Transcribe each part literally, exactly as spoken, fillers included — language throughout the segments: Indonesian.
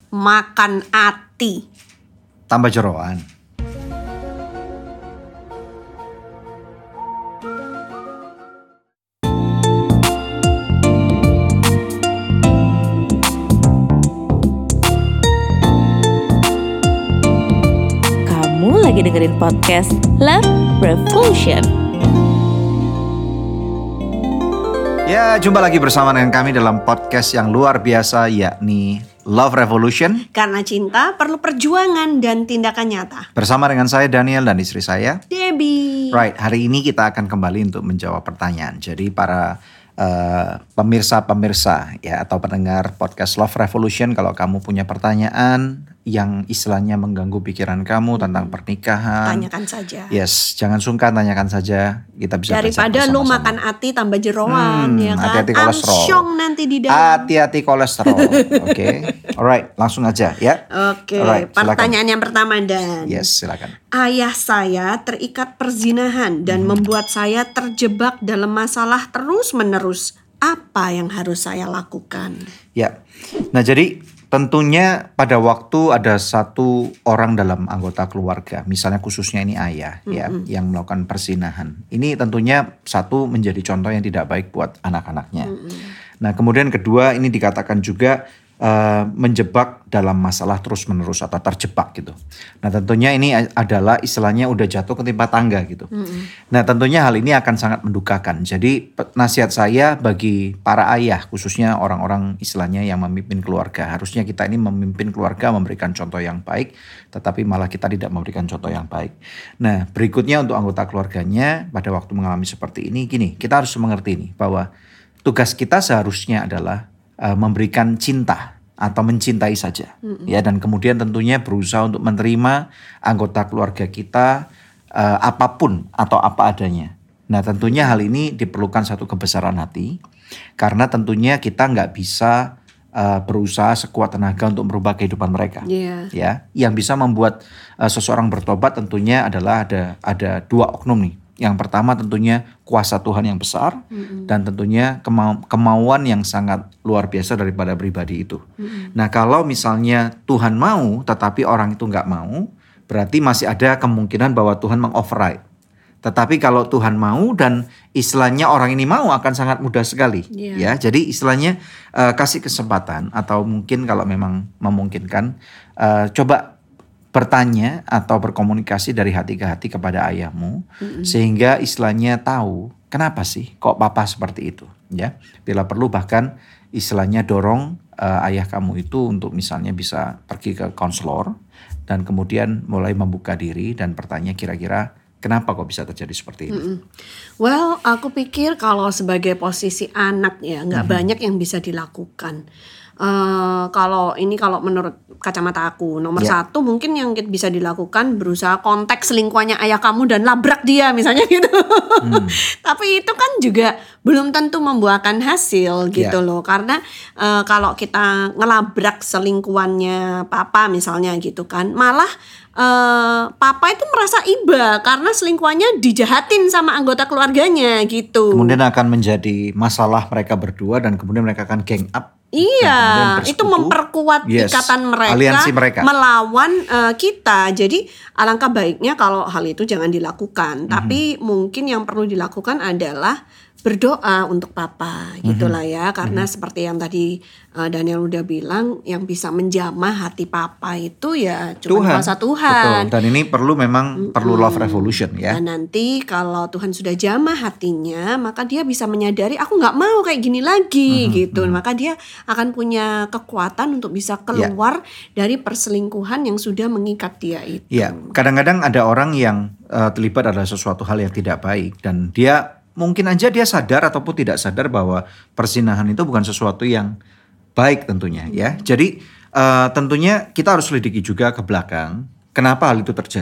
makan ati. Tambah jeroan. Kamu lagi dengerin podcast Love Revolution. Ya, jumpa lagi bersama dengan kami dalam podcast yang luar biasa, yakni Love Revolution. Karena cinta perlu perjuangan dan tindakan nyata. Bersama dengan saya Daniel dan istri saya Debbie. Right, hari ini kita akan kembali untuk menjawab pertanyaan. Jadi para uh, pemirsa-pemirsa ya atau pendengar podcast Love Revolution, kalau kamu punya pertanyaan yang istilahnya mengganggu pikiran kamu tentang pernikahan, tanyakan saja. Yes, jangan sungkan, tanyakan saja. Kita bisa daripada lu makan ati tambah jeroan, hmm, ya kan? Hati-hati kolesterol. Amsyong nanti di dalam. Hati-hati kolesterol. Oke, okay. Alright, langsung aja ya. Oke, okay. Alright, pertanyaan yang pertama Dan. Yes, silakan. Ayah saya terikat perzinahan dan hmm. membuat saya terjebak dalam masalah terus-menerus. Apa yang harus saya lakukan? Ya, nah jadi tentunya pada waktu ada satu orang dalam anggota keluarga, misalnya khususnya ini ayah mm-hmm. ya, yang melakukan perzinahan. Ini tentunya satu menjadi contoh yang tidak baik buat anak-anaknya. Mm-hmm. Nah kemudian kedua ini dikatakan juga uh, menjebak dalam masalah terus-menerus atau terjebak gitu. Nah tentunya ini adalah istilahnya udah jatuh ke timpa tangga gitu. Mm-hmm. Nah tentunya hal ini akan sangat mendukakan. Jadi nasihat saya bagi para ayah, khususnya orang-orang istilahnya yang memimpin keluarga. Harusnya kita ini memimpin keluarga, memberikan contoh yang baik, tetapi malah kita tidak memberikan contoh yang baik. Nah berikutnya untuk anggota keluarganya pada waktu mengalami seperti ini, gini, kita harus mengerti nih bahwa tugas kita seharusnya adalah uh, memberikan cinta atau mencintai saja, mm-hmm. ya, dan kemudian tentunya berusaha untuk menerima anggota keluarga kita uh, apapun atau apa adanya. Nah tentunya hal ini diperlukan satu kebesaran hati, karena tentunya kita nggak bisa uh, berusaha sekuat tenaga untuk merubah kehidupan mereka. Yeah. Ya, yang bisa membuat uh, seseorang bertobat tentunya adalah ada ada dua oknum nih. Yang pertama tentunya kuasa Tuhan yang besar, mm-hmm. dan tentunya kemau- kemauan yang sangat luar biasa daripada pribadi itu. Mm-hmm. Nah kalau misalnya Tuhan mau tetapi orang itu gak mau, berarti masih ada kemungkinan bahwa Tuhan meng-override. Tetapi kalau Tuhan mau dan istilahnya orang ini mau, akan sangat mudah sekali. Yeah. Ya, jadi istilahnya uh, kasih kesempatan, atau mungkin kalau memang memungkinkan uh, coba bertanya atau berkomunikasi dari hati ke hati kepada ayahmu, mm-hmm. sehingga istilahnya tahu kenapa sih kok papa seperti itu, ya. Bila perlu bahkan istilahnya dorong uh, ayah kamu itu untuk misalnya bisa pergi ke konselor dan kemudian mulai membuka diri dan bertanya kira-kira kenapa kok bisa terjadi seperti ini. Mm-hmm. Well, aku pikir kalau sebagai posisi anak ya nggak mm-hmm. banyak yang bisa dilakukan. Uh, kalau ini kalau menurut kacamata aku nomor yeah. satu mungkin yang bisa dilakukan berusaha kontak selingkuhannya ayah kamu dan labrak dia misalnya gitu. Hmm. Tapi itu kan juga belum tentu membuahkan hasil gitu yeah. loh, karena uh, kalau kita ngelabrak selingkuhannya papa misalnya gitu kan, malah Uh, papa itu merasa iba karena selingkuhannya dijahatin sama anggota keluarganya gitu. Kemudian akan menjadi masalah mereka berdua dan kemudian mereka akan gang up. Iya, itu memperkuat yes, ikatan mereka, mereka melawan uh, kita. Jadi alangkah baiknya kalau hal itu jangan dilakukan. Mm-hmm. Tapi mungkin yang perlu dilakukan adalah berdoa untuk papa, gitulah ya. Karena mm-hmm. seperti yang tadi uh, Daniel udah bilang, yang bisa menjamah hati papa itu ya cuma kuasa Tuhan. Betul. Dan ini perlu memang mm-hmm. perlu love revolution ya. Dan nanti kalau Tuhan sudah jamah hatinya, maka dia bisa menyadari aku nggak mau kayak gini lagi, mm-hmm. gitu. Maka dia akan punya kekuatan untuk bisa keluar yeah. dari perselingkuhan yang sudah mengikat dia itu. Iya, yeah. Kadang-kadang ada orang yang uh, terlibat adalah sesuatu hal yang tidak baik dan dia mungkin aja dia sadar ataupun tidak sadar bahwa perzinahan itu bukan sesuatu yang baik tentunya ya. Jadi uh, tentunya kita harus selidiki juga ke belakang kenapa hal itu terjadi.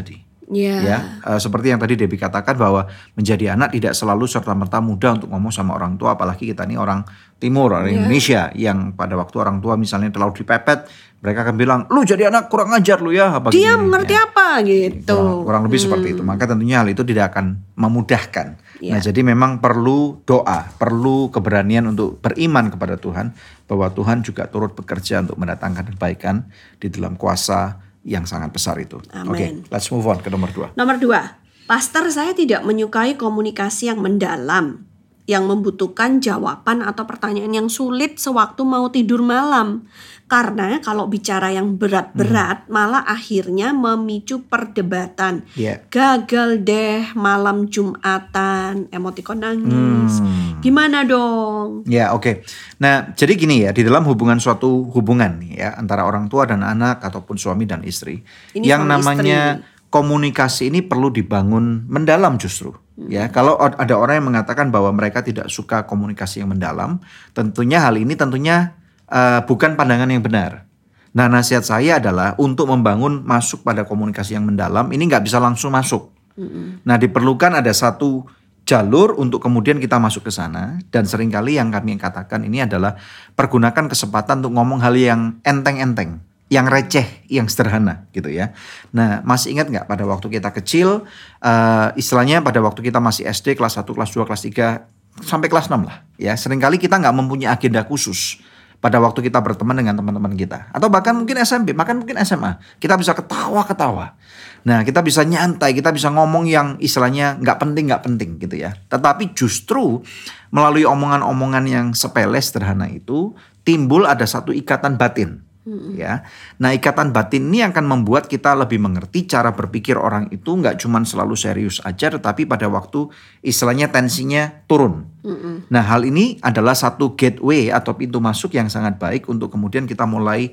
Yeah. Ya, uh, seperti yang tadi Debbie katakan bahwa menjadi anak tidak selalu serta-merta mudah untuk ngomong sama orang tua, apalagi kita ini orang Timur, orang Yeah. Indonesia yang pada waktu orang tua misalnya terlalu dipepet, mereka akan bilang, lu jadi anak kurang ajar lu ya. Apa Dia gini, mengerti ya. apa gitu. Kurang, kurang lebih hmm. seperti itu. Maka tentunya hal itu tidak akan memudahkan. Yeah. Nah jadi memang perlu doa, perlu keberanian untuk beriman kepada Tuhan, bahwa Tuhan juga turut bekerja untuk mendatangkan kebaikan di dalam kuasa yang sangat besar itu. Oke, okay, let's move on ke nomor dua. Nomor dua, pastor saya tidak menyukai komunikasi yang mendalam, yang membutuhkan jawaban atau pertanyaan yang sulit sewaktu mau tidur malam. Karena kalau bicara yang berat-berat, hmm. malah akhirnya memicu perdebatan. Yeah. Gagal deh malam Jumatan, emotikon nangis. Hmm. Gimana dong? Ya, oke. Okay. Nah, jadi gini ya, di dalam hubungan suatu hubungan nih ya, antara orang tua dan anak ataupun suami dan istri, ini yang namanya istri. Komunikasi ini perlu dibangun mendalam justru. Hmm. Ya, kalau ada orang yang mengatakan bahwa mereka tidak suka komunikasi yang mendalam, tentunya hal ini tentunya Uh, bukan pandangan yang benar. Nah, nasihat saya adalah untuk membangun masuk pada komunikasi yang mendalam, ini nggak bisa langsung masuk. Mm-hmm. Nah, diperlukan ada satu jalur untuk kemudian kita masuk ke sana. Dan seringkali yang kami katakan ini adalah pergunakan kesempatan untuk ngomong hal yang enteng-enteng, yang receh, yang sederhana gitu ya. Nah, masih ingat nggak pada waktu kita kecil, uh, istilahnya pada waktu kita masih S D kelas satu, kelas dua, kelas tiga, sampai kelas enam lah. Ya, seringkali kita nggak mempunyai agenda khusus. Pada waktu kita berteman dengan teman-teman kita. Atau bahkan mungkin S M P, bahkan mungkin S M A. Kita bisa ketawa-ketawa. Nah, kita bisa nyantai, kita bisa ngomong yang istilahnya gak penting, gak penting gitu ya. Tetapi justru melalui omongan-omongan yang sepele, sederhana itu, timbul ada satu ikatan batin. Hmm. Ya, nah ikatan batin ini akan membuat kita lebih mengerti cara berpikir orang itu nggak cuma selalu serius aja, tetapi pada waktu istilahnya tensinya turun. Hmm. Nah hal ini adalah satu gateway atau pintu masuk yang sangat baik untuk kemudian kita mulai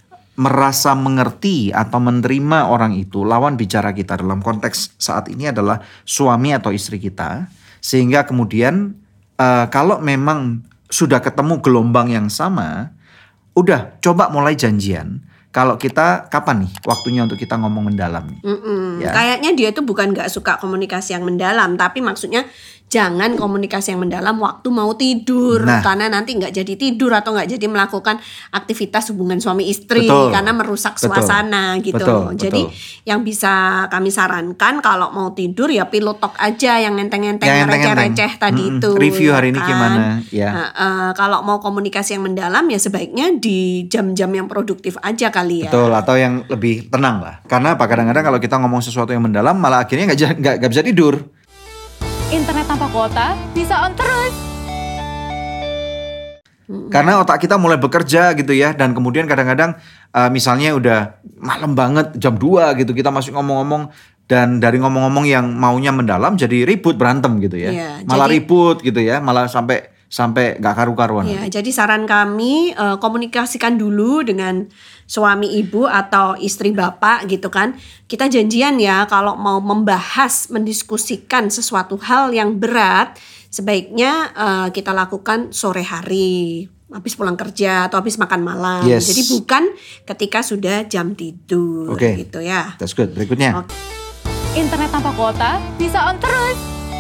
merasa mengerti atau menerima orang itu, lawan bicara kita dalam konteks saat ini adalah suami atau istri kita, sehingga kemudian uh, kalau memang sudah ketemu gelombang yang sama, udah coba mulai janjian. Kalau kita kapan nih waktunya untuk kita ngomong mendalam nih? Ya. Kayaknya dia tuh bukan gak suka komunikasi yang mendalam, tapi maksudnya jangan komunikasi yang mendalam waktu mau tidur. Nah. Karena nanti gak jadi tidur atau gak jadi melakukan aktivitas hubungan suami istri. Betul. Karena merusak suasana betul. Gitu. Betul. Jadi betul. Yang bisa kami sarankan kalau mau tidur ya pillow talk aja yang enteng-enteng, yang receh-receh tadi hmm, itu. Review ya hari kan? Ini gimana? Ya. Nah, uh, kalau mau komunikasi yang mendalam ya sebaiknya di jam-jam yang produktif aja kali ya. Betul, atau yang lebih tenang lah. Karena apa? Kadang-kadang kalau kita ngomong sesuatu yang mendalam malah akhirnya nggak nggak bisa tidur. Internet tanpa kuota bisa on terus. Karena otak kita mulai bekerja gitu ya, dan kemudian kadang-kadang uh, misalnya udah malam banget jam dua gitu kita masih ngomong-ngomong, dan dari ngomong-ngomong yang maunya mendalam jadi ribut, berantem gitu ya. Ya malah jadi, ribut gitu ya, malah sampai sampai nggak karu-karuan. Ya, jadi saran kami uh, komunikasikan dulu dengan suami ibu atau istri bapak gitu kan. Kita janjian ya kalau mau membahas, mendiskusikan sesuatu hal yang berat, sebaiknya uh, kita lakukan sore hari, habis pulang kerja atau habis makan malam. Yes. Jadi bukan ketika sudah jam tidur. Okay. Gitu ya. That's good. Berikutnya. Okay. Internet tanpa kuota bisa on terus.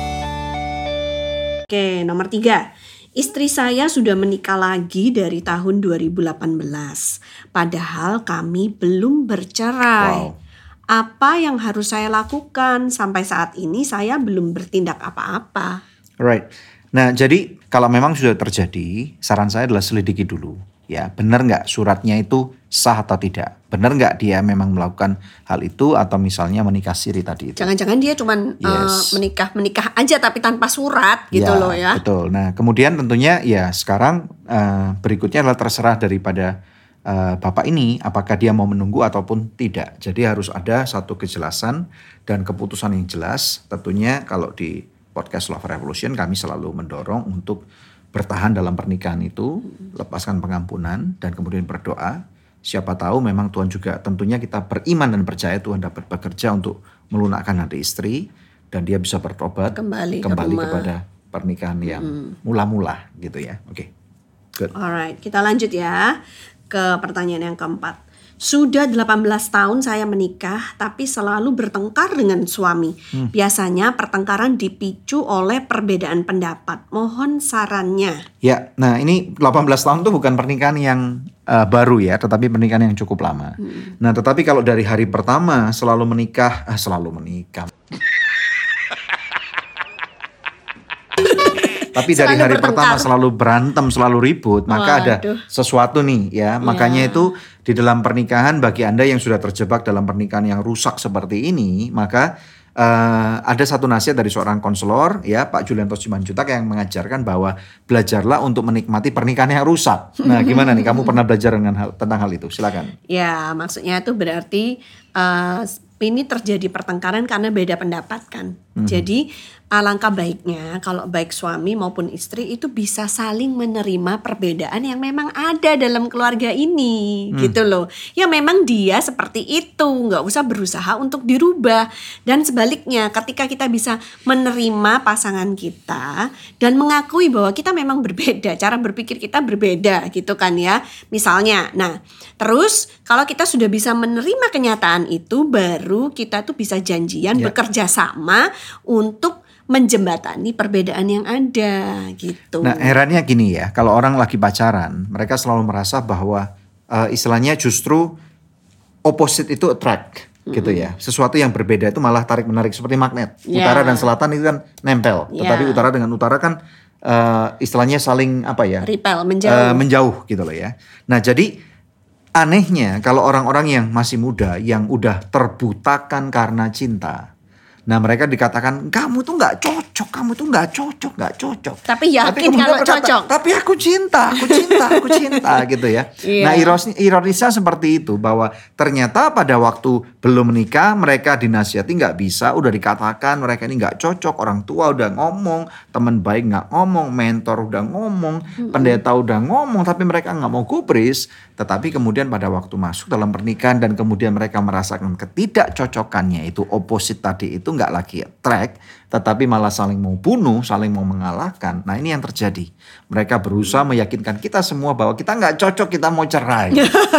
Oke, okay, nomor tiga. Istri saya sudah menikah lagi dari tahun dua ribu delapan belas. Padahal kami belum bercerai. Wow. Apa yang harus saya lakukan? Sampai saat ini saya belum bertindak apa-apa. Right. Nah, jadi kalau memang sudah terjadi, saran saya adalah selidiki dulu. Ya, benar nggak suratnya itu sah atau tidak? Benar nggak dia memang melakukan hal itu atau misalnya menikah siri tadi itu? Jangan-jangan dia cuma yes. uh, menikah menikah aja tapi tanpa surat gitu ya, loh ya. Betul. Nah, kemudian tentunya ya sekarang uh, berikutnya adalah terserah daripada uh, bapak ini apakah dia mau menunggu ataupun tidak. Jadi harus ada satu kejelasan dan keputusan yang jelas. Tentunya kalau di podcast Love Revolution kami selalu mendorong untuk bertahan dalam pernikahan itu, lepaskan pengampunan dan kemudian berdoa. Siapa tahu memang Tuhan juga tentunya kita beriman dan percaya Tuhan dapat bekerja untuk melunakkan hati istri dan dia bisa bertobat kembali, kembali ke kepada pernikahan yang hmm. mula-mula gitu ya. Oke. Okay. Good. Alright, kita lanjut ya ke pertanyaan yang keempat. Sudah delapan belas tahun saya menikah, tapi selalu bertengkar dengan suami. Hmm. Biasanya pertengkaran dipicu oleh perbedaan pendapat. Mohon sarannya. Ya, nah ini delapan belas tahun itu bukan pernikahan yang uh, baru ya, tetapi pernikahan yang cukup lama. Hmm. Nah, tetapi kalau dari hari pertama selalu menikah, ah, selalu menikah. Tapi dari hari bertengkar. Pertama selalu berantem, selalu ribut, maka Waduh. Ada sesuatu nih ya. Makanya yeah. itu di dalam pernikahan bagi Anda yang sudah terjebak dalam pernikahan yang rusak seperti ini, maka uh, ada satu nasihat dari seorang konselor ya, Pak Julianto Simanjuntak yang mengajarkan bahwa belajarlah untuk menikmati pernikahan yang rusak. Nah, gimana nih? Kamu pernah belajar dengan hal, tentang hal itu? Silakan. Ya, maksudnya itu berarti uh, ini terjadi pertengkaran karena beda pendapat kan. Mm-hmm. Jadi alangkah baiknya kalau baik suami maupun istri itu bisa saling menerima perbedaan yang memang ada dalam keluarga ini, hmm. gitu loh. Ya memang dia seperti itu, nggak usah berusaha untuk dirubah. Dan sebaliknya, ketika kita bisa menerima pasangan kita dan mengakui bahwa kita memang berbeda, cara berpikir kita berbeda, gitu kan ya. Misalnya, nah terus kalau kita sudah bisa menerima kenyataan itu, baru kita tuh bisa janjian yeah. bekerja sama untuk menjembatani perbedaan yang ada gitu. Nah, herannya gini ya, kalau orang lagi pacaran, mereka selalu merasa bahwa uh, istilahnya justru opposite itu attract mm-hmm. gitu ya. Sesuatu yang berbeda itu malah tarik menarik seperti magnet. Yeah. Utara dan selatan itu kan nempel, yeah. tetapi utara dengan utara kan uh, istilahnya saling apa ya? Repel, menjauh. Uh, menjauh gitu loh ya. Nah, jadi anehnya kalau orang-orang yang masih muda yang udah terbutakan karena cinta, nah mereka dikatakan kamu tuh nggak cocok, kamu tuh nggak cocok, nggak cocok. Tapi yakin tapi kalau berkata, cocok. Tapi aku cinta, aku cinta, aku cinta gitu ya. Yeah. Nah ironis, ironisnya seperti itu bahwa ternyata pada waktu belum menikah mereka dinasihati nggak bisa, udah dikatakan mereka ini nggak cocok, orang tua udah ngomong, teman baik nggak ngomong, mentor udah ngomong, mm-hmm. pendeta udah ngomong, tapi mereka nggak mau gubris. Tetapi kemudian pada waktu masuk dalam pernikahan dan kemudian mereka merasakan ketidakcocokannya itu opposite tadi itu nggak lagi track, tetapi malah saling mau bunuh, saling mau mengalahkan. Nah ini yang terjadi. Mereka berusaha meyakinkan kita semua bahwa kita nggak cocok, kita mau cerai.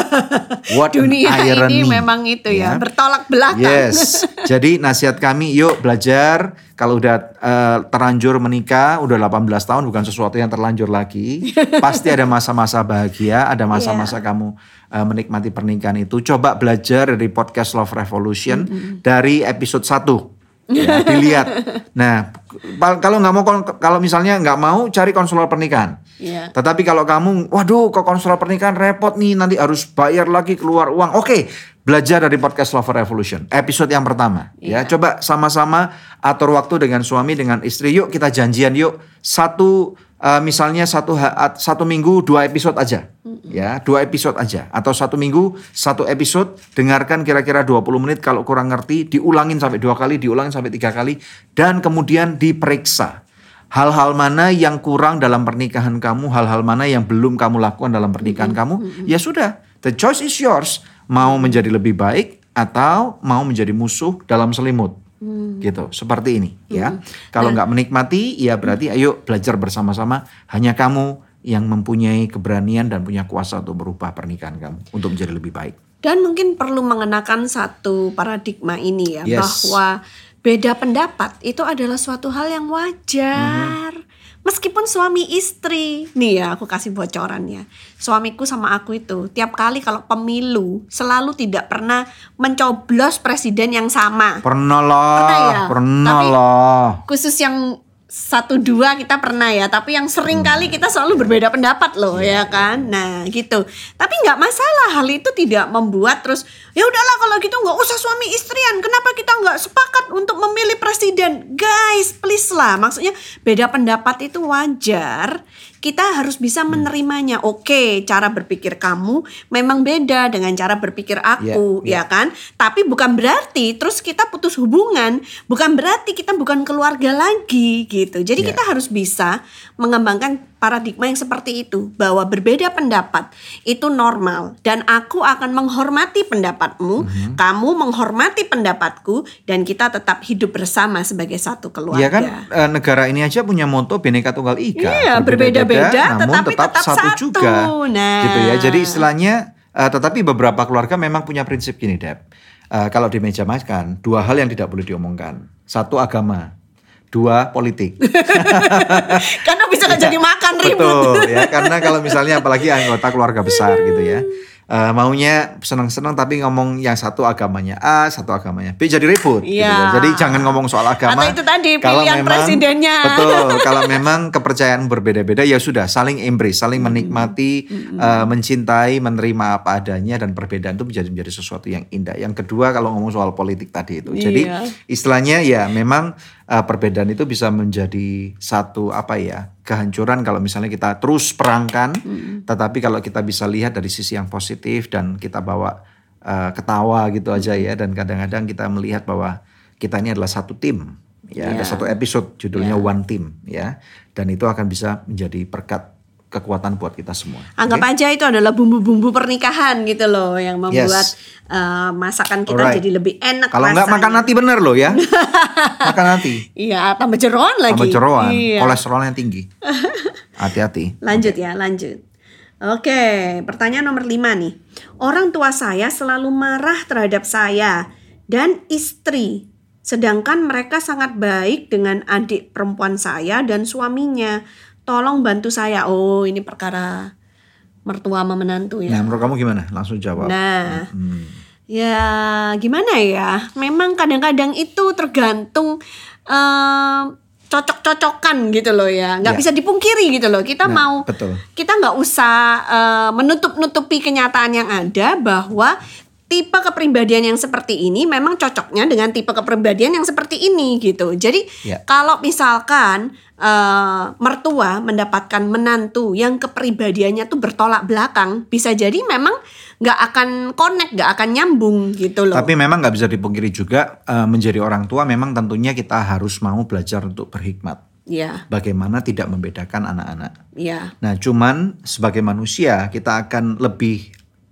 What dunia ini memang itu ya, ya bertolak belakang. Yes. Jadi nasihat kami, yuk belajar. Kalau udah uh, terlanjur menikah, udah delapan belas tahun, bukan sesuatu yang terlanjur lagi. Pasti ada masa-masa bahagia, ada masa-masa yeah. kamu uh, menikmati pernikahan itu. Coba belajar dari podcast Love Revolution mm-hmm. dari episode satu. Ya, dilihat. Nah, kalau nggak mau, kalau misalnya nggak mau cari konselor pernikahan. Yeah. Tetapi kalau kamu, waduh, kok konselor pernikahan repot nih, nanti harus bayar lagi, keluar uang. Oke, okay, belajar dari podcast Love Revolution, episode yang pertama. Yeah. Ya, coba sama-sama atur waktu dengan suami, dengan istri. Yuk kita janjian, yuk satu uh, misalnya satu satu minggu dua episode aja. Ya, dua episode aja atau satu minggu satu episode, dengarkan kira-kira dua puluh menit, kalau kurang ngerti diulangin sampai dua kali, diulangin sampai tiga kali dan kemudian diperiksa. Hal-hal mana yang kurang dalam pernikahan kamu, hal-hal mana yang belum kamu lakukan dalam pernikahan mm-hmm. kamu, mm-hmm. ya sudah, the choice is yours. Mau menjadi lebih baik atau mau menjadi musuh dalam selimut. Mm. Gitu, seperti ini ya. Mm. Kalau nggak menikmati, ya berarti ayo belajar bersama-sama. Hanya kamu yang mempunyai keberanian dan punya kuasa untuk merubah pernikahan kamu untuk menjadi lebih baik. Dan mungkin perlu mengenakan satu paradigma ini ya, yes. bahwa beda pendapat itu adalah suatu hal yang wajar. Mm-hmm. Meskipun suami istri, nih ya aku kasih bocorannya. Suamiku sama aku itu tiap kali kalau pemilu selalu tidak pernah mencoblos presiden yang sama. Pernah lah, pernah, ya? pernah Tapi lah. Khusus yang satu dua kita pernah ya, tapi yang sering hmm. kali kita selalu berbeda pendapat loh yeah. ya kan. Nah gitu. Tapi nggak masalah, hal itu tidak membuat terus ya udahlah kalau gitu nggak usah suami istrian. Kenapa kita nggak sepakat untuk memilih presiden? Guys, please lah. Maksudnya beda pendapat itu wajar. Kita harus bisa menerimanya. Oke, cara berpikir kamu memang beda dengan cara berpikir aku, yeah, yeah. ya kan? Tapi bukan berarti terus kita putus hubungan, bukan berarti kita bukan keluarga lagi gitu. Jadi yeah. kita harus bisa mengembangkan paradigma yang seperti itu, bahwa berbeda pendapat itu normal dan aku akan menghormati pendapatmu, mm-hmm. kamu menghormati pendapatku, dan kita tetap hidup bersama sebagai satu keluarga. Iya kan, e, negara ini aja punya moto Bhinneka Tunggal Ika. Iya, berbeda-beda namun tetapi tetap, tetap satu, satu juga. Nah, gitu ya. Jadi istilahnya Uh, tetapi beberapa keluarga memang punya prinsip gini, Deb. Uh, kalau di meja makan, dua hal yang tidak boleh diomongkan. Satu, agama. Dua, politik. Karena bisa ya, jadi makan ribut. Betul ya, karena kalau misalnya apalagi anggota keluarga besar gitu ya. Uh, maunya senang-senang tapi ngomong yang satu agamanya A, satu agamanya B, jadi ribut. Ya. Gitu. Jadi jangan ngomong soal agama. Atau itu tadi kalau pilihan memang, presidennya. Betul. Kalau memang kepercayaan berbeda-beda ya sudah saling embrace, saling menikmati, hmm. uh, mencintai, menerima apa adanya dan perbedaan itu menjadi menjadi sesuatu yang indah. Yang kedua kalau ngomong soal politik tadi itu, jadi iya. istilahnya ya memang uh, perbedaan itu bisa menjadi satu apa ya kehancuran kalau misalnya kita terus perangkan. Hmm. Tetapi kalau kita bisa lihat dari sisi yang positif dan kita bawa uh, ketawa gitu aja ya, dan kadang-kadang kita melihat bahwa kita ini adalah satu tim ya, yeah. Ada satu episode judulnya yeah. One Team ya, dan itu akan bisa menjadi berkat kekuatan buat kita semua. Anggap okay? aja itu adalah bumbu-bumbu pernikahan gitu loh yang membuat yes. uh, masakan kita Alright. jadi lebih enak. Kalau enggak makan hati bener loh ya. Makan hati. Iya, tambah jeroan lagi. Tambah jeroan, iya. kolesterolnya tinggi. Hati-hati. Lanjut okay. ya, lanjut. Oke, pertanyaan nomor lima nih. Orang tua saya selalu marah terhadap saya dan istri, sedangkan mereka sangat baik dengan adik perempuan saya dan suaminya. Tolong bantu saya. Oh, ini perkara mertua sama menantu ya. Nah, menurut kamu gimana? Langsung jawab. Nah, hmm. ya gimana ya? Memang kadang-kadang itu tergantung uh, cocok-cocokan gitu loh ya. Nggak ya. bisa dipungkiri gitu loh. Kita nah, mau, betul. kita nggak usah uh, menutup-nutupi kenyataan yang ada bahwa tipe kepribadian yang seperti ini memang cocoknya dengan tipe kepribadian yang seperti ini gitu. Jadi ya. kalau misalkan uh, mertua mendapatkan menantu yang kepribadiannya tuh bertolak belakang, bisa jadi memang nggak akan connect, nggak akan nyambung gitu loh. Tapi memang nggak bisa dipungkiri juga uh, menjadi orang tua memang tentunya kita harus mau belajar untuk berhikmat. Ya. Bagaimana tidak membedakan anak-anak. Ya. Nah, cuman sebagai manusia kita akan lebih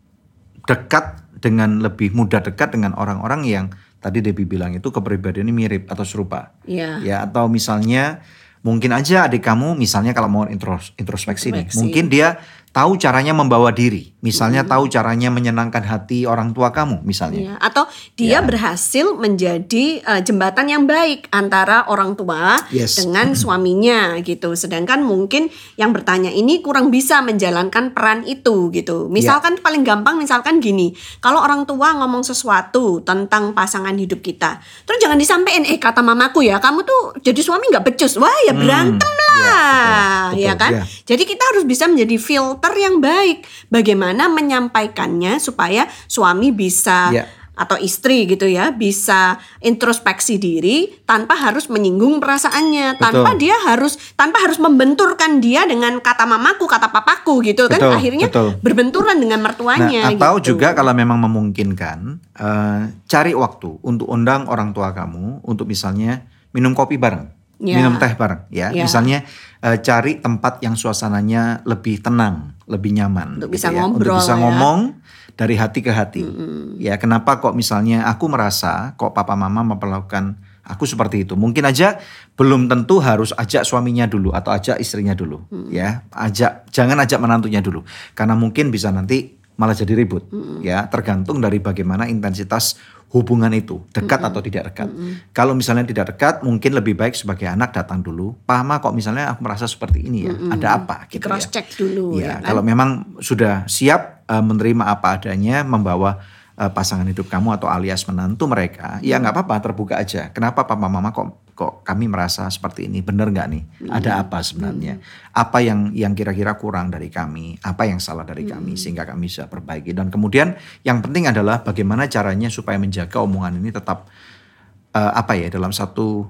dekat dengan lebih mudah dekat dengan orang-orang yang tadi Debbie bilang itu kepribadiannya mirip atau serupa. Iya. Ya, atau misalnya mungkin aja adik kamu misalnya kalau mau intros, introspeksi, introspeksi nih, mungkin dia tahu caranya membawa diri. Misalnya mm-hmm. tahu caranya menyenangkan hati orang tua kamu misalnya. Ya, atau dia ya. berhasil menjadi uh, jembatan yang baik antara orang tua yes. dengan suaminya gitu. Sedangkan mungkin yang bertanya ini kurang bisa menjalankan peran itu gitu. Misalkan ya. paling gampang misalkan gini. Kalau orang tua ngomong sesuatu tentang pasangan hidup kita, terus jangan disampaikan eh kata mamaku ya, kamu tuh jadi suami nggak becus. Wah, ya berantem hmm, lah. Ya, betul, betul, ya kan? Ya. Jadi kita harus bisa menjadi filter yang baik. Bagaimana menyampaikannya supaya suami bisa yeah. atau istri gitu ya bisa introspeksi diri tanpa harus menyinggung perasaannya, betul. tanpa dia harus tanpa harus membenturkan dia dengan kata mamaku, kata papaku gitu betul, kan akhirnya betul. berbenturan dengan mertuanya. Nah, atau gitu. juga kalau memang memungkinkan uh, cari waktu untuk undang orang tua kamu untuk misalnya minum kopi bareng. Ya. Minum teh bareng ya. ya. Misalnya uh, cari tempat yang suasananya lebih tenang, lebih nyaman untuk gitu bisa ya. ngobrol. Untuk bisa ya. ngomong dari hati ke hati. Mm-hmm. Ya, kenapa kok misalnya aku merasa kok papa mama memperlakukan aku seperti itu. Mungkin aja belum tentu harus ajak suaminya dulu atau ajak istrinya dulu mm-hmm. ya. Ajak jangan ajak menantunya dulu. Karena mungkin bisa nanti malah jadi ribut mm-hmm. ya, tergantung dari bagaimana intensitas hubungan itu, dekat mm-hmm. atau tidak dekat. Mm-hmm. Kalau misalnya tidak dekat, mungkin lebih baik sebagai anak datang dulu. Paham kok misalnya aku merasa seperti ini ya, mm-hmm. ada apa gitu cross ya. check dulu ya, ya kan? Kalau memang sudah siap uh, menerima apa adanya, membawa uh, pasangan hidup kamu atau alias menantu mereka, mm-hmm. ya nggak apa-apa, terbuka aja. Kenapa papa mama kok kok kami merasa seperti ini, benar nggak nih? Hmm. Ada apa sebenarnya? Hmm. Apa yang yang kira-kira kurang dari kami? Apa yang salah dari hmm. kami sehingga kami bisa perbaiki? Dan kemudian yang penting adalah bagaimana caranya supaya menjaga omongan ini tetap uh, apa ya dalam satu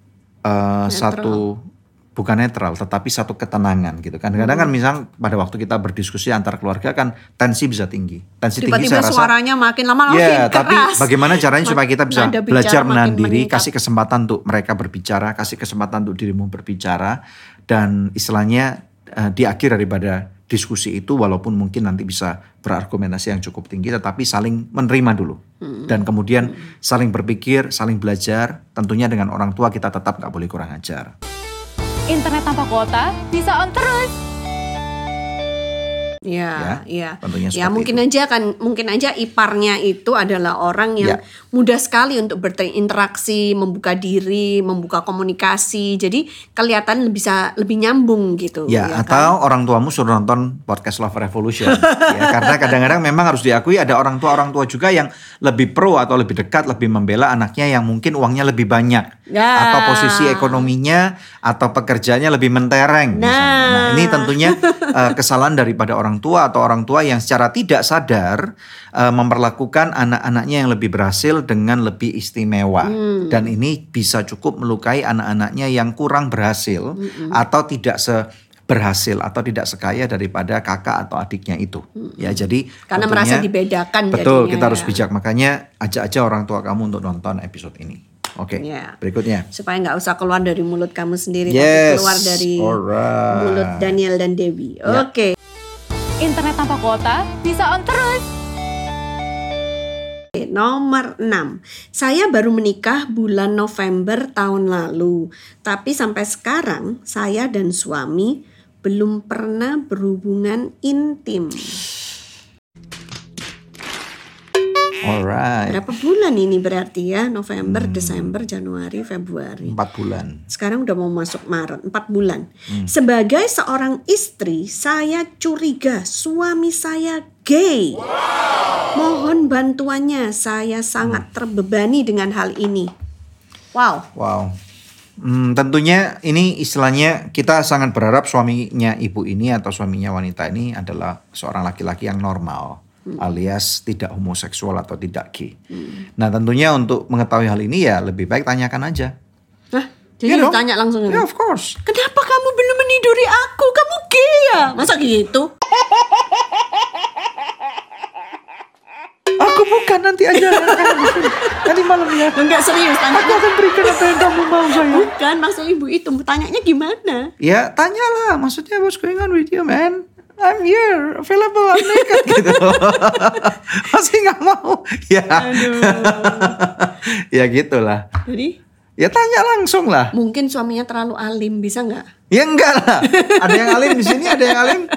uh, satu bukan netral, tetapi satu ketenangan gitu kan. Kadang-kadang kan misal pada waktu kita berdiskusi antar keluarga kan tensi bisa tinggi. Tensi tiba-tiba tinggi saya rasa. Tiba-tiba suaranya makin lama makin ya, keras. Tapi bagaimana caranya supaya kita bisa belajar menahan diri, meningkat. kasih kesempatan untuk mereka berbicara, kasih kesempatan untuk dirimu berbicara. Dan istilahnya uh, di akhir daripada diskusi itu walaupun mungkin nanti bisa berargumentasi yang cukup tinggi, tetapi saling menerima dulu. Hmm. Dan kemudian hmm. saling berpikir, saling belajar. Tentunya dengan orang tua kita tetap gak boleh kurang ajar. Internet tanpa kuota bisa on terus. Ya, ya, tentunya ya seperti mungkin itu. aja kan, mungkin aja iparnya itu adalah orang yang Ya. mudah sekali untuk berinteraksi, membuka diri, membuka komunikasi, jadi kelihatan bisa lebih nyambung gitu. Ya, ya atau kan? orang tuamu suruh nonton podcast Love Revolution. Ya, karena kadang-kadang memang harus diakui ada orang tua-orang tua juga yang lebih pro atau lebih dekat, lebih membela anaknya yang mungkin uangnya lebih banyak. Ya. Atau posisi ekonominya atau pekerjaannya lebih mentereng. Nah. Misalnya. Nah, ini tentunya uh, kesalahan daripada orang tua atau orang tua yang secara tidak sadar uh, memperlakukan anak-anaknya yang lebih berhasil dengan lebih istimewa. Hmm. Dan ini bisa cukup melukai anak-anaknya yang kurang berhasil hmm. atau tidak se berhasil atau tidak sekaya daripada kakak atau adiknya itu. Hmm. Ya, jadi karena merasa dibedakan. Betul, jadinya, kita harus ya. bijak. Makanya ajak aja orang tua kamu untuk nonton episode ini. Oke, okay. Ya. Berikutnya. Supaya nggak usah keluar dari mulut kamu sendiri, yes. tapi keluar dari Alright. mulut Daniel dan Debbie. Ya. Oke. Okay. Internet tanpa kuota bisa on terus. Nomor enam. Saya baru menikah bulan November tahun lalu, tapi sampai sekarang saya dan suami belum pernah berhubungan intim. Alright. Berapa bulan ini berarti ya? November, hmm. Desember, Januari, Februari. Empat bulan. Sekarang udah mau masuk Maret, empat bulan. Hmm. Sebagai seorang istri, saya curiga suami saya gay. Wow. Mohon bantuannya, saya sangat hmm. terbebani dengan hal ini. Wow. Wow. Hmm, tentunya ini istilahnya kita sangat berharap suaminya ibu ini atau suaminya wanita ini adalah seorang laki-laki yang normal. Hmm. Alias tidak homoseksual atau tidak gay. Hmm. Nah tentunya untuk mengetahui hal ini ya lebih baik tanyakan aja. Hah? Jadi you ditanya know? Langsung? Ya yeah, of course. Kenapa kamu belum meniduri aku? Kamu gay ya? Masa gitu? Aku bukan, nanti aja. Nanti malam ya. Enggak serius. Tanya. Aku akan berikan apa yang kamu mau sayang. Bukan, maksud ibu itu. Tanyanya gimana? Ya tanyalah. Maksudnya what's going on with you man? I'm here, available, I'm naked gitu. Masih gak mau. Ya. Aduh. Ya gitulah. Jadi? Ya tanya langsung lah. Mungkin suaminya terlalu alim, bisa gak? Ya enggak lah. Ada yang alim di sini, ada yang alim.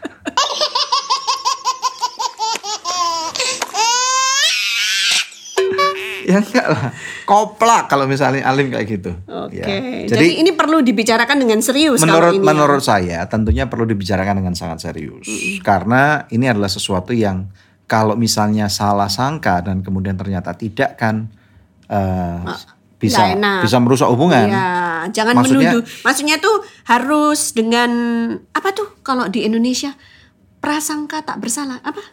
Ya enggak lah. Koplak kalau misalnya alim kayak gitu. Oke. Ya. Jadi, Jadi ini perlu dibicarakan dengan serius. Menurut ini menurut ya? saya tentunya perlu dibicarakan dengan sangat serius. Mm-hmm. Karena ini adalah sesuatu yang kalau misalnya salah sangka dan kemudian ternyata tidak kan uh, nah, bisa bisa merusak hubungan. Ya, jangan Maksudnya, menuduh. Maksudnya tuh harus dengan apa tuh kalau di Indonesia prasangka tak bersalah apa?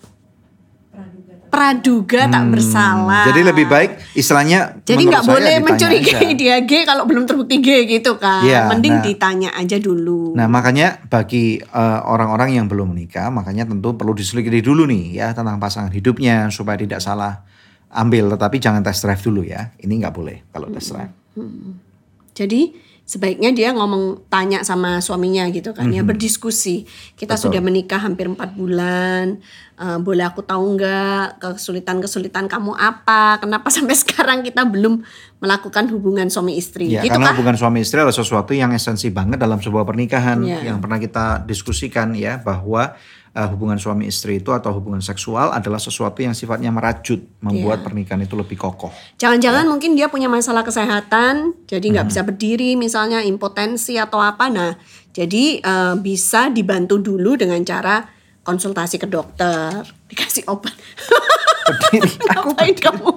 Praduga tak hmm, bersalah. Jadi lebih baik istilahnya. Jadi nggak boleh mencurigai dia gay kalau belum terbukti gay gitu kan. Ya, mending nah, ditanya aja dulu. Nah makanya bagi uh, orang-orang yang belum menikah, makanya tentu perlu diselidiki dulu nih ya tentang pasangan hidupnya supaya tidak salah ambil. Tetapi jangan test drive dulu ya. Ini nggak boleh kalau test drive. Hmm. Hmm. Jadi sebaiknya dia ngomong tanya sama suaminya gitu kan, mm-hmm. ya berdiskusi. Kita Betul. Sudah menikah hampir empat bulan, uh, boleh aku tahu nggak kesulitan-kesulitan kamu apa? Kenapa sampai sekarang kita belum melakukan hubungan suami istri? Ya, gitu karena kah? hubungan suami istri adalah sesuatu yang esensi banget dalam sebuah pernikahan ya. Yang pernah kita diskusikan ya bahwa uh, hubungan suami istri itu atau hubungan seksual adalah sesuatu yang sifatnya merajut, membuat ya. Pernikahan itu lebih kokoh. Jangan-jangan ya. Mungkin dia punya masalah kesehatan, jadi nggak hmm. bisa berdiri misalnya. Misalnya impotensi atau apa, nah jadi uh, bisa dibantu dulu dengan cara konsultasi ke dokter, dikasih obat. Berdiri. Ngapain kamu?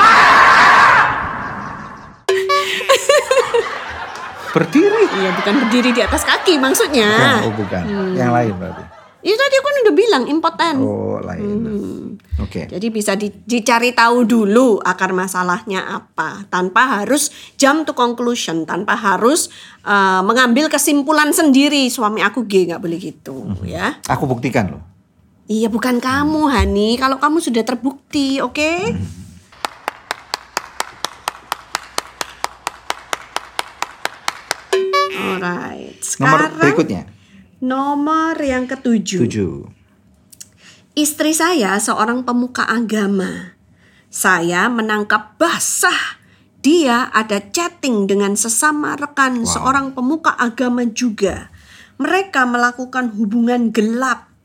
Berdiri? Iya, bukan berdiri di atas kaki maksudnya. Bukan, oh bukan, hmm. yang lain berarti. Itu tadi aku udah bilang impoten. Oh lain. Hmm. Oke. Okay. Jadi bisa di, dicari tahu dulu akar masalahnya apa, tanpa harus jump to conclusion, tanpa harus uh, mengambil kesimpulan sendiri. Suami aku gay, nggak boleh gitu, hmm. ya. Aku buktikan loh. Iya bukan kamu, Hani. Kalau kamu sudah terbukti, oke? Okay? Hmm. Alright. Sekarang nomor berikutnya. Nomor yang ketujuh. Tujuh. Istri saya seorang pemuka agama. Saya menangkap basah dia ada chatting dengan sesama rekan wow. seorang pemuka agama juga. Mereka melakukan hubungan gelap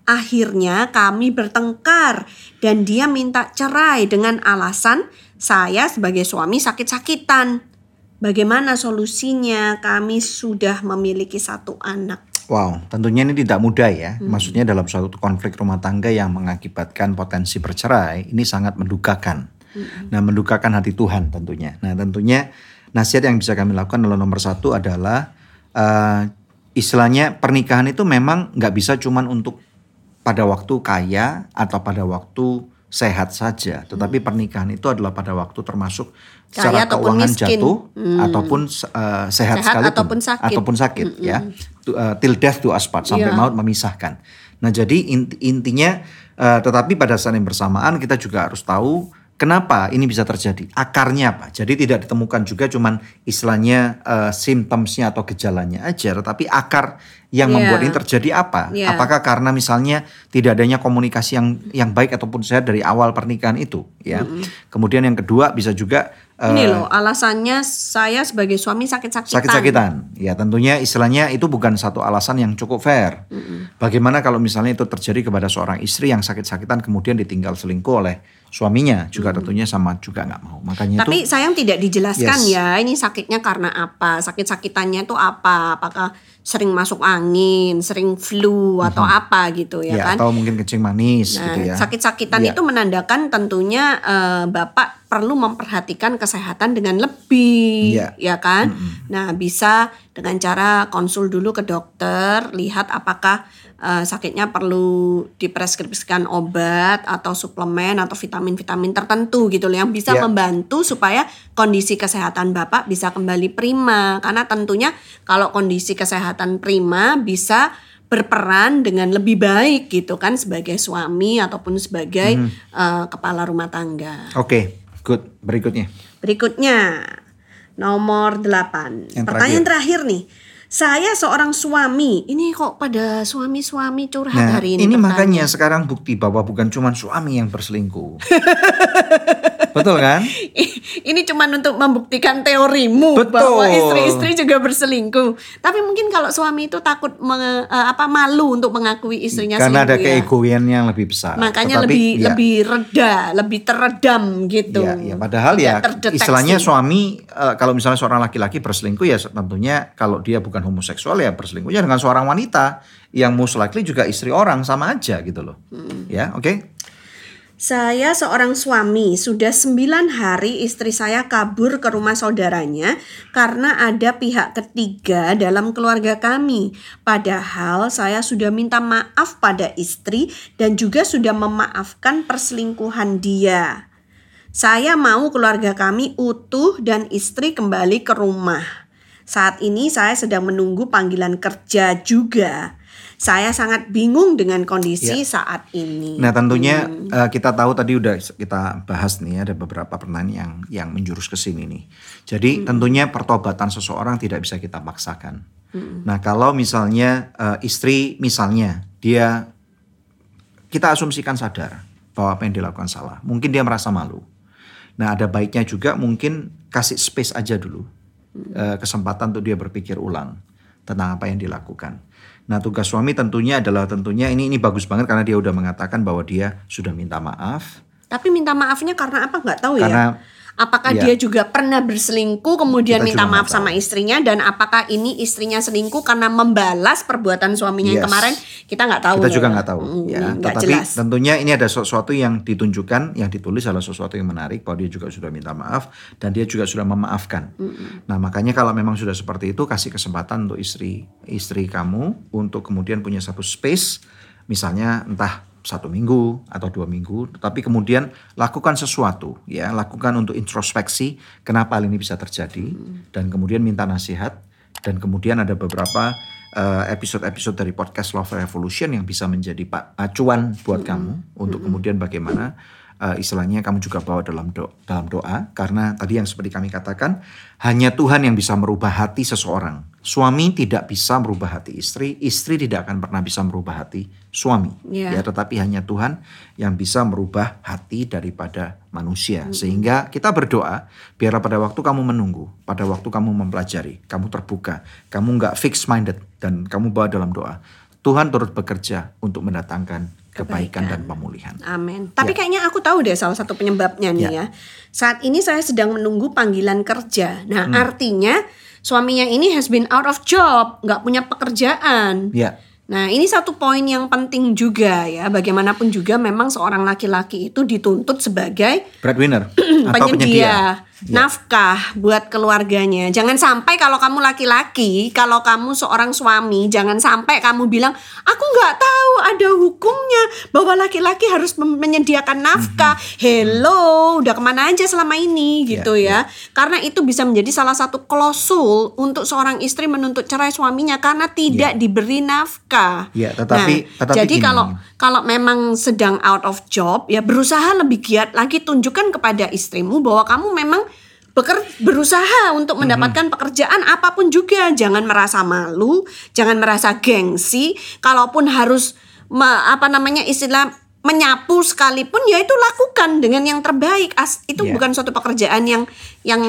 Akhirnya kami bertengkar dan dia minta cerai dengan alasan saya sebagai suami sakit-sakitan. Bagaimana solusinya? Kami sudah memiliki satu anak. Wow, tentunya ini tidak mudah ya. Hmm. Maksudnya dalam suatu konflik rumah tangga yang mengakibatkan potensi bercerai, ini sangat mendukakan. Hmm. Nah, mendukakan hati Tuhan tentunya. Nah, tentunya nasihat yang bisa kami lakukan adalah nomor satu adalah uh, istilahnya pernikahan itu memang nggak bisa cuman untuk pada waktu kaya atau pada waktu sehat saja, tetapi hmm. pernikahan itu adalah pada waktu termasuk secara keuangan jatuh hmm. ataupun uh, sehat, sehat sekalipun ataupun sakit, ataupun sakit hmm. ya, uh, till death do us part, sampai yeah. maut memisahkan. Nah jadi inti, intinya, uh, tetapi pada saat yang bersamaan kita juga harus tahu kenapa ini bisa terjadi, akarnya apa. Jadi tidak ditemukan juga cuman istilahnya uh, simptomsnya atau gejalanya aja, tetapi akar yang yeah. membuat ini terjadi apa? Yeah. Apakah karena misalnya tidak adanya komunikasi yang yang baik ataupun sehat dari awal pernikahan itu, ya. Mm-hmm. Kemudian yang kedua bisa juga ini uh, loh alasannya saya sebagai suami sakit-sakitan. Sakit-sakitan, ya tentunya istilahnya itu bukan satu alasan yang cukup fair. Mm-hmm. Bagaimana kalau misalnya itu terjadi kepada seorang istri yang sakit-sakitan kemudian ditinggal selingkuh oleh suaminya, juga mm-hmm. tentunya sama juga nggak mau. Makanya tapi itu, sayang tidak dijelaskan yes. ya ini sakitnya karena apa, sakit-sakitannya itu apa, apakah sering masuk angin, sering flu atau mm-hmm. apa gitu ya, ya kan? Atau mungkin kencing manis nah, gitu ya. Sakit-sakitan ya. Itu menandakan tentunya uh, Bapak perlu memperhatikan kesehatan dengan lebih, ya, ya kan? Mm-hmm. Nah bisa dengan cara konsul dulu ke dokter, lihat apakah uh, sakitnya perlu dipreskripsikan obat atau suplemen atau vitamin-vitamin tertentu gitu loh yang bisa ya. Membantu supaya kondisi kesehatan Bapak bisa kembali prima. Karena tentunya kalau kondisi kesehatan prima bisa berperan dengan lebih baik gitu kan sebagai suami ataupun sebagai hmm. uh, kepala rumah tangga. Oke, okay, good. Berikutnya. Berikutnya nomor delapan. Yang Pertanyaan terakhir. terakhir nih. Saya seorang suami. Ini kok pada suami-suami curhat nah, hari ini. Ini makanya sekarang bukti bahwa bukan cuma suami yang berselingkuh. Betul kan? Ini cuma untuk membuktikan teorimu. Betul. Bahwa istri-istri juga berselingkuh. Tapi mungkin kalau suami itu takut menge, uh, apa malu untuk mengakui istrinya karena selingkuh. Karena ada keegoian yang lebih besar. Makanya Tetapi, lebih ya, lebih reda, lebih teredam gitu. Ya, ya padahal ya istilahnya suami uh, kalau misalnya seorang laki-laki berselingkuh ya tentunya kalau dia bukan homoseksual ya berselingkuhnya dengan seorang wanita yang most likely juga istri orang, sama aja gitu loh. Hmm. Ya, oke. Okay? Saya seorang suami, sudah sembilan hari istri saya kabur ke rumah saudaranya karena ada pihak ketiga dalam keluarga kami. Padahal saya sudah minta maaf pada istri dan juga sudah memaafkan perselingkuhan dia. Saya mau keluarga kami utuh dan istri kembali ke rumah. Saat ini saya sedang menunggu panggilan kerja juga. Saya sangat bingung dengan kondisi ya. Saat ini. Nah tentunya hmm. uh, kita tahu tadi udah kita bahas nih ada beberapa pertanyaan yang yang menjurus ke sini nih. Jadi hmm. tentunya pertobatan seseorang tidak bisa kita paksakan. Hmm. Nah kalau misalnya uh, istri misalnya dia kita asumsikan sadar bahwa apa yang dilakukan salah. Mungkin dia merasa malu. Nah ada baiknya juga mungkin kasih space aja dulu. Hmm. Kesempatan untuk dia berpikir ulang tentang apa yang dilakukan. Nah tugas suami tentunya adalah tentunya ini ini bagus banget karena dia udah mengatakan bahwa dia sudah minta maaf. Tapi minta maafnya karena apa nggak tahu karena, ya. Apakah ya. Dia juga pernah berselingkuh kemudian kita minta maaf sama istrinya dan apakah ini istrinya selingkuh karena membalas perbuatan suaminya yes. yang kemarin kita nggak tahu. Kita ya. juga nggak tahu. Hmm, ya. Tetapi jelas. Tentunya ini ada sesuatu yang ditunjukkan, yang ditulis adalah sesuatu yang menarik bahwa dia juga sudah minta maaf dan dia juga sudah memaafkan. Hmm. Nah makanya kalau memang sudah seperti itu kasih kesempatan untuk istri istri kamu untuk kemudian punya satu space, misalnya entah satu minggu atau dua minggu, tapi kemudian lakukan sesuatu, ya, lakukan untuk introspeksi kenapa hal ini bisa terjadi, hmm. dan kemudian minta nasihat, dan kemudian ada beberapa uh, episode-episode dari podcast Love Revolution yang bisa menjadi acuan buat hmm. kamu untuk hmm. kemudian bagaimana uh, istilahnya kamu juga bawa dalam do- dalam doa, karena tadi yang seperti kami katakan hanya Tuhan yang bisa merubah hati seseorang. Suami tidak bisa merubah hati istri, istri tidak akan pernah bisa merubah hati suami. Yeah. Ya, tetapi hanya Tuhan yang bisa merubah hati daripada manusia. Mm-hmm. Sehingga kita berdoa, biarlah pada waktu kamu menunggu, pada waktu kamu mempelajari, kamu terbuka, kamu nggak fixed minded dan kamu bawa dalam doa. Tuhan turut bekerja untuk mendatangkan kebaikan, Kebaikan. dan pemulihan. Amin. Tapi Ya. kayaknya aku tahu deh salah satu penyebabnya nih Ya. ya. Saat ini saya sedang menunggu panggilan kerja. Nah, Hmm. artinya suaminya ini has been out of job, nggak punya pekerjaan. Ya, Nah, ini satu poin yang penting juga ya. Bagaimanapun juga memang seorang laki-laki itu dituntut sebagai breadwinner atau penyedia penyedia. nafkah buat keluarganya. Jangan sampai kalau kamu laki-laki, kalau kamu seorang suami, jangan sampai kamu bilang, aku nggak tahu ada hukumnya bahwa laki-laki harus mem- menyediakan nafkah. Mm-hmm. Hello, udah kemana aja selama ini gitu Ya, ya. Karena itu bisa menjadi salah satu klausul untuk seorang istri menuntut cerai suaminya karena tidak Ya. diberi nafkah. Ya, tetapi- nah, tetapi jadi gini. kalau kalau memang sedang out of job, ya berusaha lebih giat lagi, tunjukkan kepada istrimu bahwa kamu memang beker, berusaha untuk mendapatkan mm-hmm. pekerjaan apapun juga. Jangan merasa malu, jangan merasa gengsi. Kalaupun harus me, apa namanya istilah menyapu sekalipun, ya itu lakukan dengan yang terbaik. As, itu Yeah. bukan suatu pekerjaan yang yang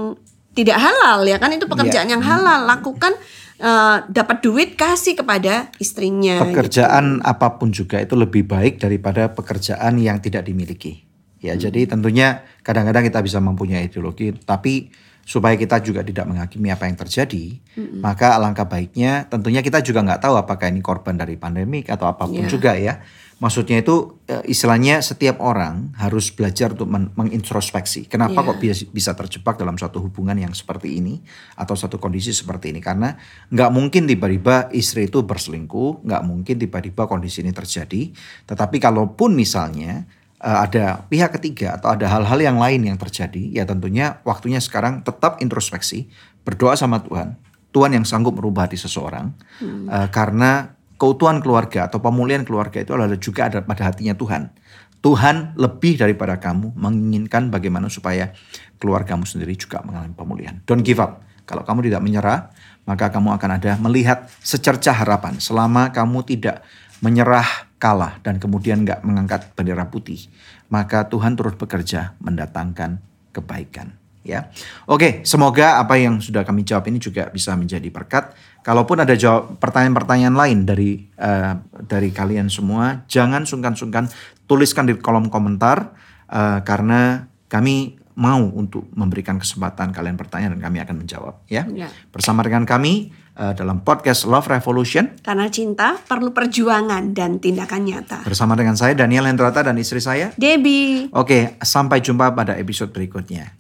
tidak halal ya kan, itu pekerjaan Yeah. yang halal. Lakukan. Uh, dapat duit kasih kepada istrinya. Pekerjaan gitu. Apapun juga itu lebih baik daripada pekerjaan yang tidak dimiliki. Ya, hmm. jadi tentunya kadang-kadang kita bisa mempunyai ideologi, tapi supaya kita juga tidak menghakimi apa yang terjadi, hmm. maka alangkah baiknya tentunya kita juga nggak tahu apakah ini korban dari pandemik atau apapun yeah. juga ya. Maksudnya itu istilahnya setiap orang harus belajar untuk men- mengintrospeksi. Kenapa yeah. kok bisa, bisa terjebak dalam suatu hubungan yang seperti ini atau suatu kondisi seperti ini? Karena nggak mungkin tiba-tiba istri itu berselingkuh, nggak mungkin tiba-tiba kondisi ini terjadi. Tetapi kalaupun misalnya uh, ada pihak ketiga atau ada hal-hal yang lain yang terjadi, ya tentunya waktunya sekarang tetap introspeksi, berdoa sama Tuhan. Tuhan yang sanggup merubah hati seseorang hmm. uh, karena keutuhan keluarga atau pemulihan keluarga itu adalah juga ada pada hatinya Tuhan. Tuhan lebih daripada kamu menginginkan bagaimana supaya keluargamu sendiri juga mengalami pemulihan. Don't give up. Kalau kamu tidak menyerah, maka kamu akan ada melihat secercah harapan. Selama kamu tidak menyerah, kalah, dan kemudian gak mengangkat bendera putih, maka Tuhan turut bekerja mendatangkan kebaikan. Ya, oke. Semoga apa yang sudah kami jawab ini juga bisa menjadi berkat. Kalaupun ada jawab pertanyaan-pertanyaan lain dari uh, dari kalian semua, jangan sungkan-sungkan tuliskan di kolom komentar uh, karena kami mau untuk memberikan kesempatan kalian bertanya dan kami akan menjawab. Ya, ya. Bersama dengan kami uh, dalam podcast Love Revolution. Karena cinta perlu perjuangan dan tindakan nyata. Bersama dengan saya Daniel Hendrata dan istri saya Debbie. Oke, sampai jumpa pada episode berikutnya.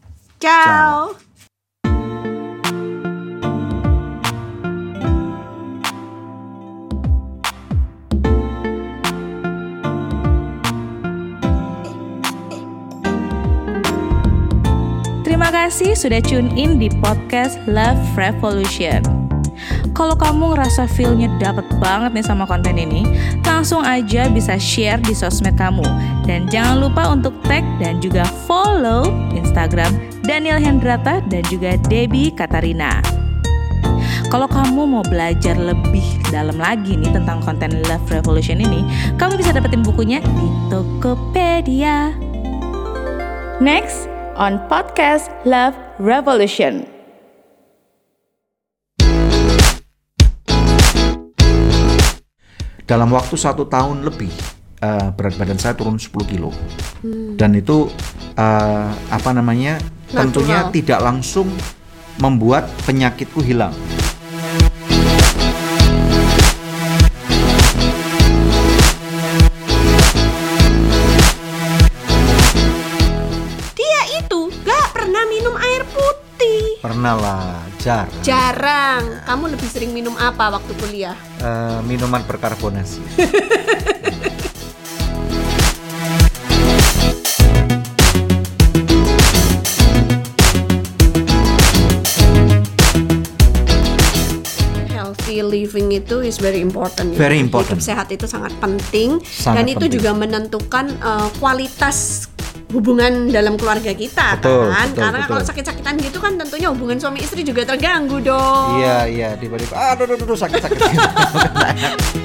Ciao. Terima kasih sudah tune in di podcast Love Revolution. Kalau kamu ngerasa feel-nya dapet banget nih sama konten ini, langsung aja bisa share di sosmed kamu. Dan jangan lupa untuk tag dan juga follow Instagram Daniel Hendrata dan juga Debbie Katarina. Kalau kamu mau belajar lebih dalam lagi nih tentang konten Love Revolution ini, kamu bisa dapetin bukunya di Tokopedia. Next on podcast Love Revolution. Dalam waktu satu tahun lebih, uh, berat badan saya turun sepuluh kilo. Hmm. Dan itu uh, apa namanya? Natural. Tentunya tidak langsung membuat penyakitku hilang. Dia itu gak pernah minum air putih. Pernah lah, jarang. Jarang. Kamu lebih sering minum apa waktu kuliah? Uh, minuman berkarbonasi. Healthy living itu is very important. Very ya. important. Hidup sehat itu sangat penting. Sangat dan itu penting. juga menentukan uh, kualitas hubungan dalam keluarga kita, betul, kan? Betul, Karena betul. kalau sakit-sakitan gitu kan tentunya hubungan suami istri juga terganggu dong. Iya, iya, tiba-tiba aduh aduh aduh sakit-sakit.